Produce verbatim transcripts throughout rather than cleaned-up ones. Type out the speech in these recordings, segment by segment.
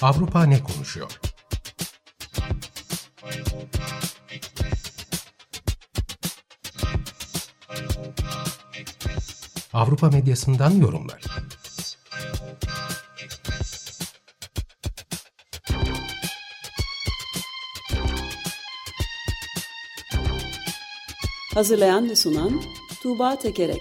Avrupa ne konuşuyor? Avrupa medyasından yorumlar. Hazırlayan ve sunan Tuğba Tekerek.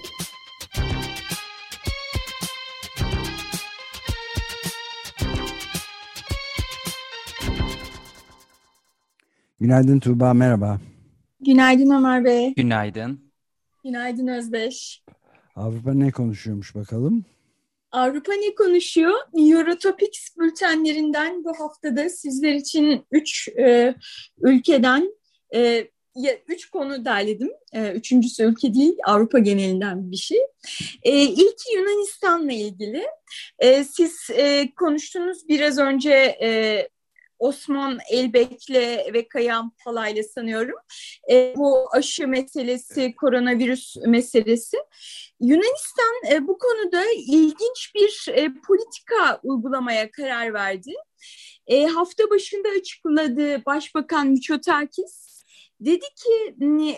Günaydın Tuğba, merhaba. Günaydın Ömer Bey. Günaydın. Günaydın Özdeş. Avrupa ne konuşuyormuş bakalım? Avrupa ne konuşuyor? Eurotopics bültenlerinden bu haftada sizler için üç e, ülkeden e, üç konu derledim. E, üçüncüsü ülke değil, Avrupa genelinden bir şey. E, ilki Yunanistan'la ilgili. E, siz e, konuştunuz biraz önce e, Osman Elbek'le ve Kayhan Palay'la sanıyorum. E, bu aşı meselesi, koronavirüs meselesi. Yunanistan e, bu konuda ilginç bir e, politika uygulamaya karar verdi. E, hafta başında açıkladığı Başbakan Mitsotakis dedi ki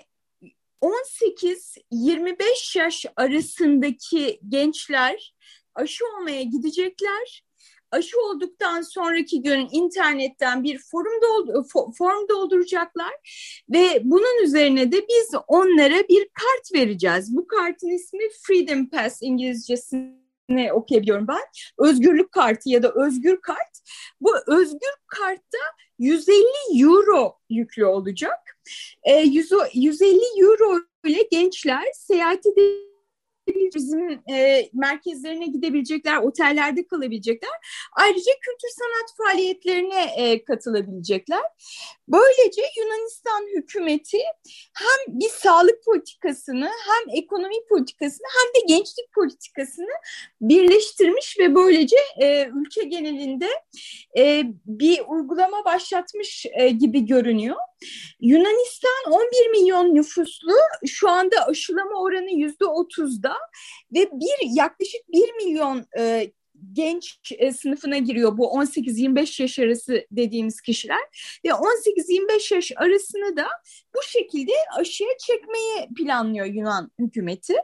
on sekiz yirmi beş yaş arasındaki gençler aşı olmaya gidecekler. Aşı olduktan sonraki gün internetten bir forum, doldur, form dolduracaklar ve bunun üzerine de biz onlara bir kart vereceğiz. Bu kartın ismi Freedom Pass, İngilizcesini okuyabiliyorum ben. Özgürlük kartı ya da özgür kart. Bu özgür kartta yüz elli euro yüklü olacak. E, yüz elli euro ile gençler seyahat edebilecekler. Bizim e, merkezlerine gidebilecekler, otellerde kalabilecekler. Ayrıca kültür sanat faaliyetlerine e, katılabilecekler. Böylece Yunanistan hükümeti hem bir sağlık politikasını, hem ekonomi politikasını, hem de gençlik politikasını birleştirmiş ve böylece e, ülke genelinde e, bir uygulama başlatmış e, gibi görünüyor. Yunanistan on bir milyon nüfuslu, şu anda aşılama oranı yüzde otuzda ve bir yaklaşık bir milyon e, genç e, sınıfına giriyor bu on sekiz yirmi beş yaş arası dediğimiz kişiler ve on sekiz yirmi beş yaş arasını da bu şekilde aşıya çekmeyi planlıyor Yunan hükümeti.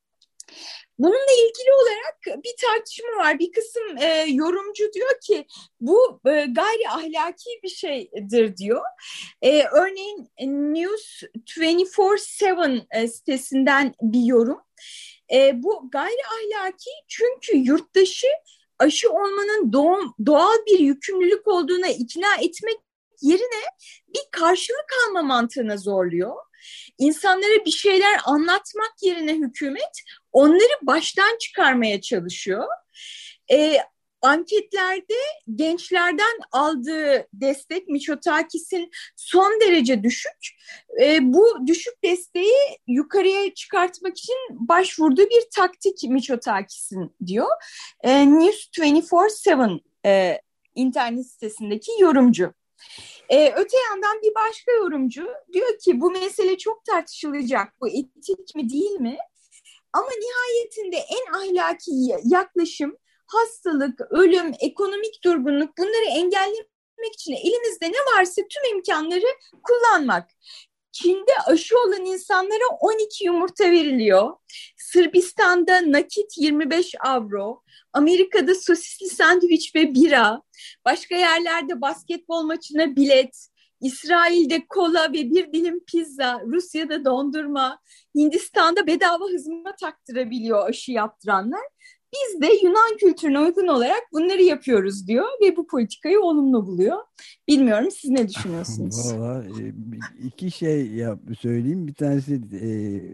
Bununla ilgili olarak bir tartışma var. Bir kısım e, yorumcu diyor ki bu e, gayri ahlaki bir şeydir diyor. E, örneğin News yirmi dört yedi e, sitesinden bir yorum. E, bu gayri ahlaki çünkü yurttaşı aşı olmanın doğum, doğal bir yükümlülük olduğuna ikna etmek yerine bir karşılık alma mantığına zorluyor. İnsanlara bir şeyler anlatmak yerine hükümet onları baştan çıkarmaya çalışıyor. E, anketlerde gençlerden aldığı destek Mitsotakis'in son derece düşük. E, bu düşük desteği yukarıya çıkartmak için başvurduğu bir taktik Mitsotakis'in diyor. E, News yirmi dört yedi e, internet sitesindeki yorumcu. Ee, öte yandan bir başka yorumcu diyor ki bu mesele çok tartışılacak. Bu etik mi değil mi? Ama nihayetinde en ahlaki yaklaşım hastalık, ölüm, ekonomik durgunluk, bunları engellemek için elimizde ne varsa tüm imkanları kullanmak. Çin'de aşı olan insanlara on iki yumurta veriliyor. Sırbistan'da nakit yirmi beş avro. Amerika'da sosisli sandviç ve bira. Başka yerlerde basketbol maçına bilet. İsrail'de kola ve bir dilim pizza. Rusya'da dondurma. Hindistan'da bedava hızma taktırabiliyor aşı yaptıranlar. Biz de Yunan kültürüne uygun olarak bunları yapıyoruz diyor ve bu politikayı olumlu buluyor. Bilmiyorum, siz ne düşünüyorsunuz? Valla iki şey yap, söyleyeyim. Bir tanesi e,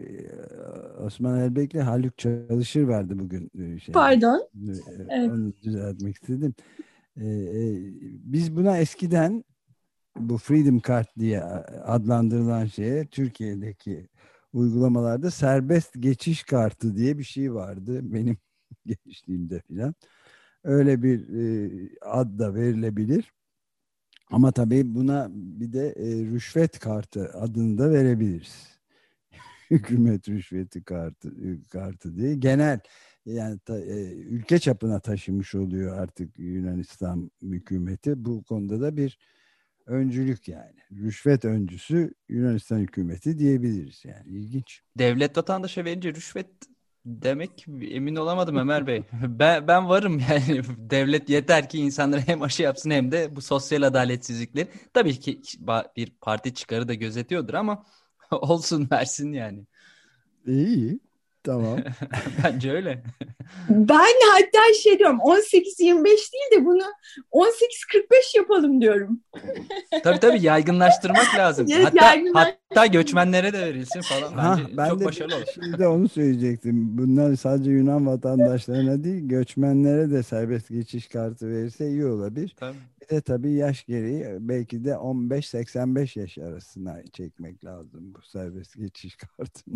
Osman Elbek'le Haluk Çalışır vardı bugün. Şey, Pardon. E, evet. Onu düzeltmek istedim. E, e, biz buna eskiden bu Freedom Card diye adlandırılan şeye Türkiye'deki uygulamalarda serbest geçiş kartı diye bir şey vardı benim gençliğimde filan. Öyle bir e, ad da verilebilir. Ama tabii buna bir de e, rüşvet kartı adını da verebiliriz. Hükümet rüşveti kartı, kartı diye. Genel yani ta, e, ülke çapına taşımış oluyor artık Yunanistan hükümeti. Bu konuda da bir öncülük yani. Rüşvet öncüsü Yunanistan hükümeti diyebiliriz yani. İlginç. Devlet vatandaşa verince rüşvet demek emin olamadım Ömer Bey. Ben, ben varım yani. Devlet yeter ki insanlara hem aşı yapsın hem de bu sosyal adaletsizlikleri. Tabii ki bir parti çıkarı da gözetiyordur ama olsun, versin yani. İyi. Tamam. Bence öyle. Ben hatta şey diyorum, on sekiz yirmi beş değil de bunu on sekiz kırk beş yapalım diyorum. Tabii tabii, yaygınlaştırmak lazım. Evet, hatta, yaygınlaş- hatta göçmenlere de verilsin falan. Bence Ha, ben çok de başarılı olur. şimdi de onu söyleyecektim. Bunlar sadece Yunan vatandaşlarına değil, göçmenlere de serbest geçiş kartı verirse iyi olabilir. Tabii. Bir de tabii yaş gereği belki de on beş seksen beş yaş arasına çekmek lazım bu serbest geçiş kartını.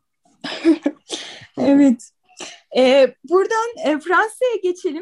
Evet. Ee, buradan e, Fransa'ya geçelim.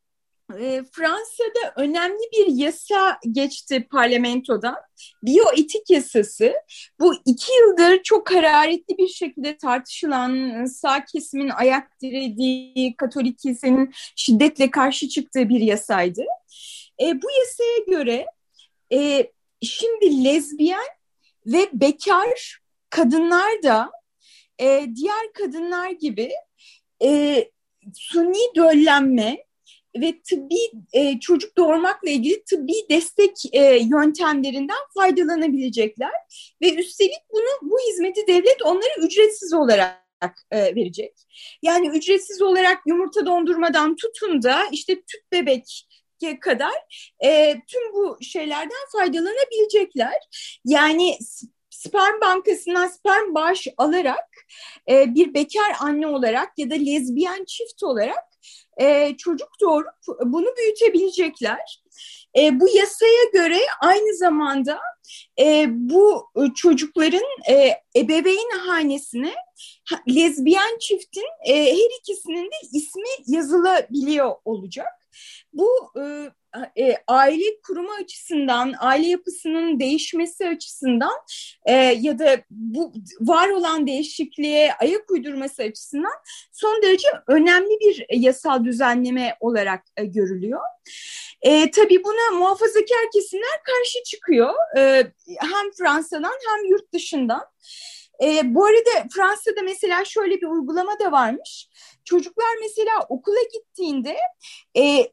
E, Fransa'da önemli bir yasa geçti parlamentodan. Biyoetik yasası. Bu iki yıldır çok hararetli bir şekilde tartışılan, sağ kesimin ayak dirediği, Katolik kilisenin şiddetle karşı çıktığı bir yasaydı. E, bu yasaya göre e, şimdi lezbiyen ve bekar kadınlar da e, diğer kadınlar gibi e, suni döllenme ve tıbbi e, çocuk doğurmakla ilgili tıbbi destek e, yöntemlerinden faydalanabilecekler ve üstelik bunu bu hizmeti devlet onlara ücretsiz olarak e, verecek. Yani ücretsiz olarak yumurta dondurmadan tutun da işte tüp bebek kadar e, tüm bu şeylerden faydalanabilecekler. Yani sperm bankasından sperm bağış alarak e, bir bekar anne olarak ya da lezbiyen çift olarak e, çocuk doğurup bunu büyütebilecekler. E, bu yasaya göre aynı zamanda e, bu çocukların e, ebeveyn hanesine lezbiyen çiftin e, her ikisinin de ismi yazılabiliyor olacak. Bu e, e, aile kurumu açısından, aile yapısının değişmesi açısından e, ya da bu var olan değişikliğe ayak uydurması açısından son derece önemli bir yasal düzenleme olarak e, görülüyor. E, tabii buna muhafazakar kesimler karşı çıkıyor. E, hem Fransa'dan hem yurt dışından. E, bu arada Fransa'da mesela şöyle bir uygulama da varmış. Çocuklar mesela okula gittiğinde e,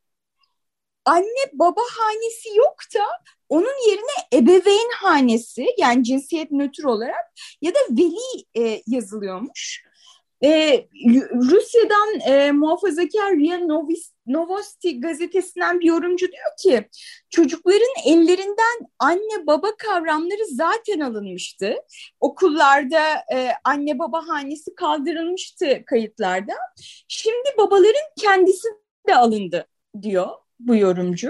anne baba hanesi yok da onun yerine ebeveyn hanesi, yani cinsiyet nötr olarak ya da veli e, yazılıyormuş. E, Rusya'dan e, muhafazakar R I A Novosti gazetesinden bir yorumcu diyor ki çocukların ellerinden anne baba kavramları zaten alınmıştı. Okullarda e, anne baba hanesi kaldırılmıştı kayıtlarda. Şimdi babaların kendisi de alındı diyor bu yorumcu.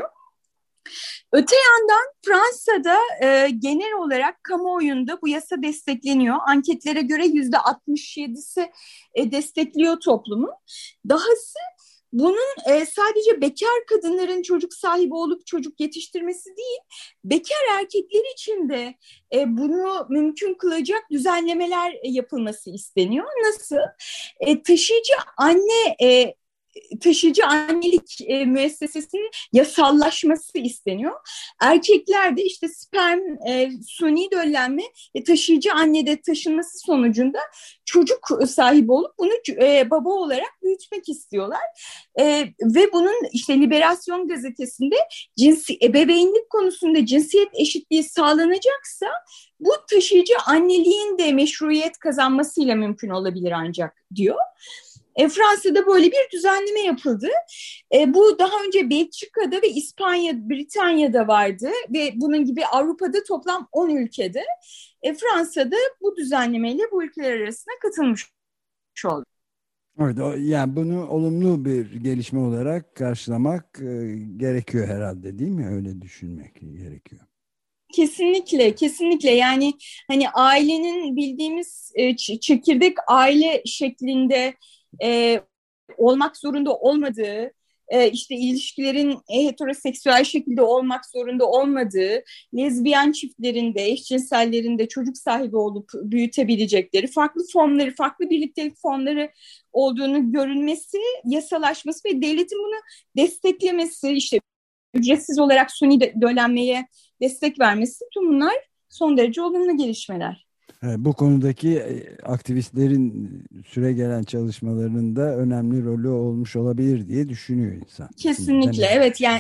Öte yandan Fransa'da e, genel olarak kamuoyunda bu yasa destekleniyor. Anketlere göre yüzde altmış yedisi e, destekliyor toplumun. Dahası bunun e, sadece bekar kadınların çocuk sahibi olup çocuk yetiştirmesi değil, bekar erkekler için de e, bunu mümkün kılacak düzenlemeler e, yapılması isteniyor. Nasıl? E, taşıyıcı anne e, taşıyıcı annelik e, müessesesinin yasallaşması isteniyor. Erkekler de işte sperm, e, suni döllenme ve taşıyıcı annede taşınması sonucunda çocuk sahibi olup bunu e, baba olarak büyütmek istiyorlar. E, ve bunun işte Liberasyon gazetesinde cinsi, ebeveynlik konusunda cinsiyet eşitliği sağlanacaksa bu taşıyıcı anneliğin de meşruiyet kazanmasıyla mümkün olabilir ancak diyor. E, Fransa'da böyle bir düzenleme yapıldı. E, bu daha önce Belçika'da ve İspanya, Britanya'da vardı ve bunun gibi Avrupa'da toplam on ülkede. E, Fransa'da bu düzenlemeyle bu ülkeler arasına katılmış oldu. Evet, yani bunu olumlu bir gelişme olarak karşılamak e, gerekiyor herhalde, değil mi? Öyle düşünmek gerekiyor. Kesinlikle, kesinlikle. Yani hani ailenin bildiğimiz e, çekirdek aile şeklinde e, olmak zorunda olmadığı, e, işte ilişkilerin heteroseksüel şekilde olmak zorunda olmadığı, lezbiyen çiftlerin de, eşcinsellerin de çocuk sahibi olup büyütebilecekleri, farklı formları, farklı birliktelik formları olduğunu görülmesi, yasalaşması ve devletin bunu desteklemesi, işte ücretsiz olarak suni döllenmeye destek vermesi, tüm bunlar son derece olumlu gelişmeler. Evet, bu konudaki aktivistlerin süregelen çalışmalarının da önemli rolü olmuş olabilir diye düşünüyor insan. Kesinlikle, evet. Yani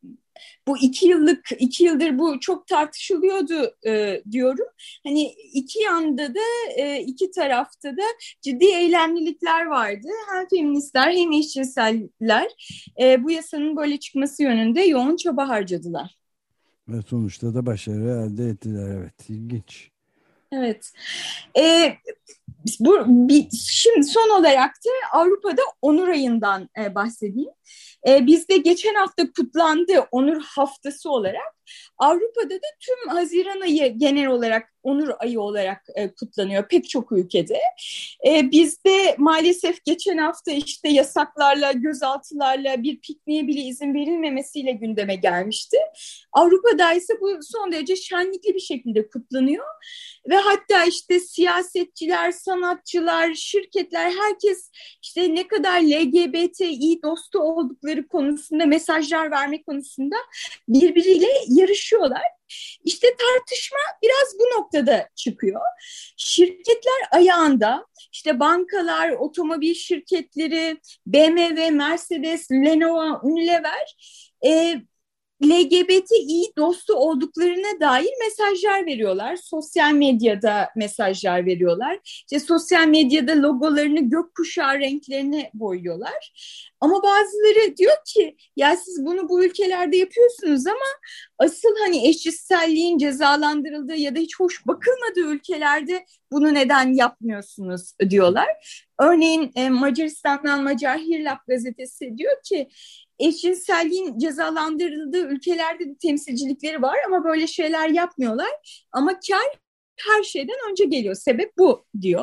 bu iki yıllık, iki yıldır bu çok tartışılıyordu e, diyorum. Hani iki yanda da, e, iki tarafta da ciddi eylemlilikler vardı. Hem feministler hem eşcinseller e, bu yasanın böyle çıkması yönünde yoğun çaba harcadılar. Ve sonuçta da başarı elde ettiler. Evet, ilginç. Evet. Ee, bu, bir, şimdi son olarak da Avrupa'da Onur Ayı'ndan e, bahsedeyim. E, bizde geçen hafta kutlandı Onur Haftası olarak. Avrupa'da da tüm Haziran ayı genel olarak Onur Ayı olarak e, kutlanıyor pek çok ülkede. E, bizde maalesef geçen hafta işte yasaklarla, gözaltılarla bir pikniğe bile izin verilmemesiyle gündeme gelmişti. Avrupa'da ise bu son derece şenlikli bir şekilde kutlanıyor. Ve hatta işte siyasetçiler, sanatçılar, şirketler, herkes işte ne kadar L G B T İ dostu oldukları konusunda, mesajlar verme konusunda birbiriyle yarışıyorlar. İşte tartışma biraz bu noktada çıkıyor. Şirketler ayağında, işte bankalar, otomobil şirketleri, B M W, Mercedes, Lenovo, Unilever e, L G B T İ dostu olduklarına dair mesajlar veriyorlar. Sosyal medyada mesajlar veriyorlar. İşte sosyal medyada logolarını gökkuşağı renklerine boyuyorlar. Ama bazıları diyor ki ya siz bunu bu ülkelerde yapıyorsunuz ama asıl hani eşcinselliğin cezalandırıldığı ya da hiç hoş bakılmadığı ülkelerde bunu neden yapmıyorsunuz diyorlar. Örneğin e, Macaristan'dan Macar Hírlap gazetesi diyor ki eşcinselliğin cezalandırıldığı ülkelerde de temsilcilikleri var ama böyle şeyler yapmıyorlar. Ama kar her şeyden önce geliyor. Sebep bu diyor.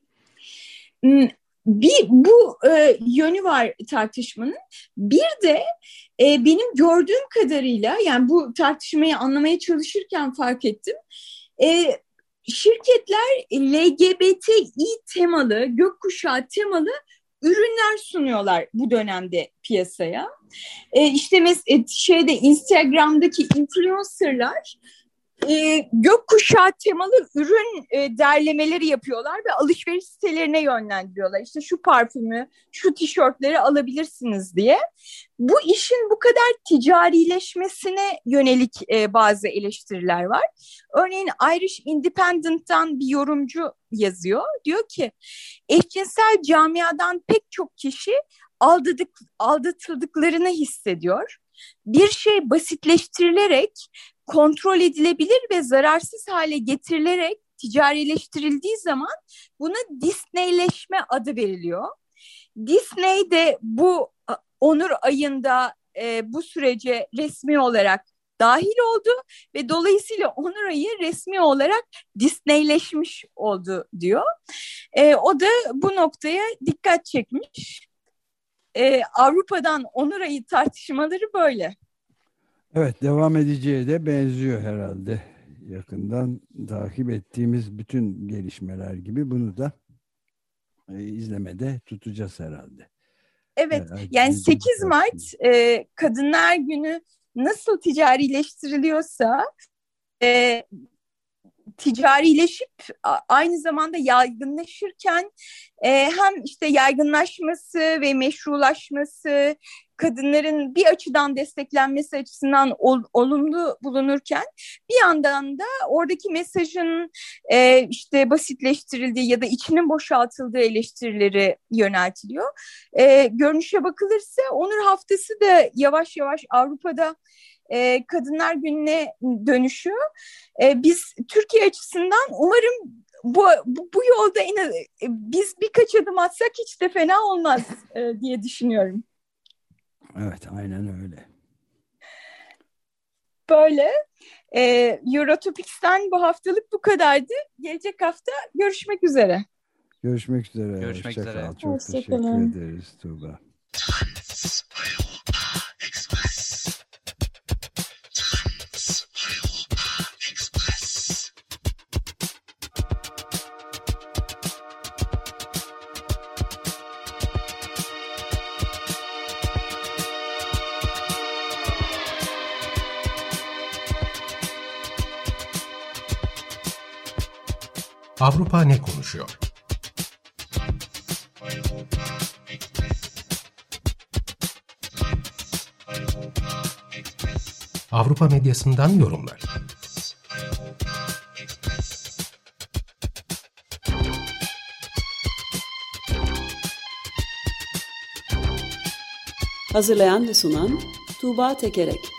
Bir bu e, yönü var tartışmanın. Bir de e, benim gördüğüm kadarıyla yani bu tartışmayı anlamaya çalışırken fark ettim. E, şirketler L G B T İ temalı, gökkuşağı temalı ürünler sunuyorlar bu dönemde piyasaya. E, işte mes- şeyde Instagram'daki influencerlar e, gökkuşağı temalı ürün e, derlemeleri yapıyorlar ve alışveriş sitelerine yönlendiriyorlar. İşte şu parfümü, şu tişörtleri alabilirsiniz diye. Bu işin bu kadar ticarileşmesine yönelik e, bazı eleştiriler var. Örneğin Irish Independent'tan bir yorumcu yazıyor. Diyor ki eşcinsel camiadan pek çok kişi aldadık, aldatıldıklarını hissediyor. Bir şey basitleştirilerek, kontrol edilebilir ve zararsız hale getirilerek ticarileştirildiği zaman buna Disneyleşme adı veriliyor. Disney de bu Onur Ayı'nda e, bu sürece resmi olarak dahil oldu ve dolayısıyla Onur Ayı resmi olarak Disneyleşmiş oldu diyor. E, o da bu noktaya dikkat çekmiş. E, Avrupa'dan Onur Ayı tartışmaları böyle. Evet, devam edeceğe de benziyor herhalde. Yakından takip ettiğimiz bütün gelişmeler gibi bunu da e, izlemede tutacağız herhalde. Evet, evet yani sekiz Mart e, Kadınlar Günü nasıl ticarileştiriliyorsa e, ticarileşip aynı zamanda yaygınlaşırken e, hem işte yaygınlaşması ve meşrulaşması, kadınların bir açıdan desteklenmesi açısından ol, olumlu bulunurken bir yandan da oradaki mesajın e, işte basitleştirildiği ya da içinin boşaltıldığı eleştirileri yöneltiliyor. E, görünüşe bakılırsa Onur Haftası da yavaş yavaş Avrupa'da e, Kadınlar Günü'ne dönüşüyor. E, biz Türkiye açısından umarım bu, bu, bu yolda en, biz birkaç adım atsak hiç de fena olmaz e, diye düşünüyorum. Evet, aynen öyle. Böyle. E, Eurotopics'ten bu haftalık bu kadardı. Gelecek hafta görüşmek üzere. Görüşmek üzere. Görüşmek Hoşça üzere. kal. Çok Hoşça teşekkür kalın. ederiz Tuğba. Avrupa ne konuşuyor? Avrupa medyasından yorumlar. Hazırlayan ve sunan Tuğba Tekerek.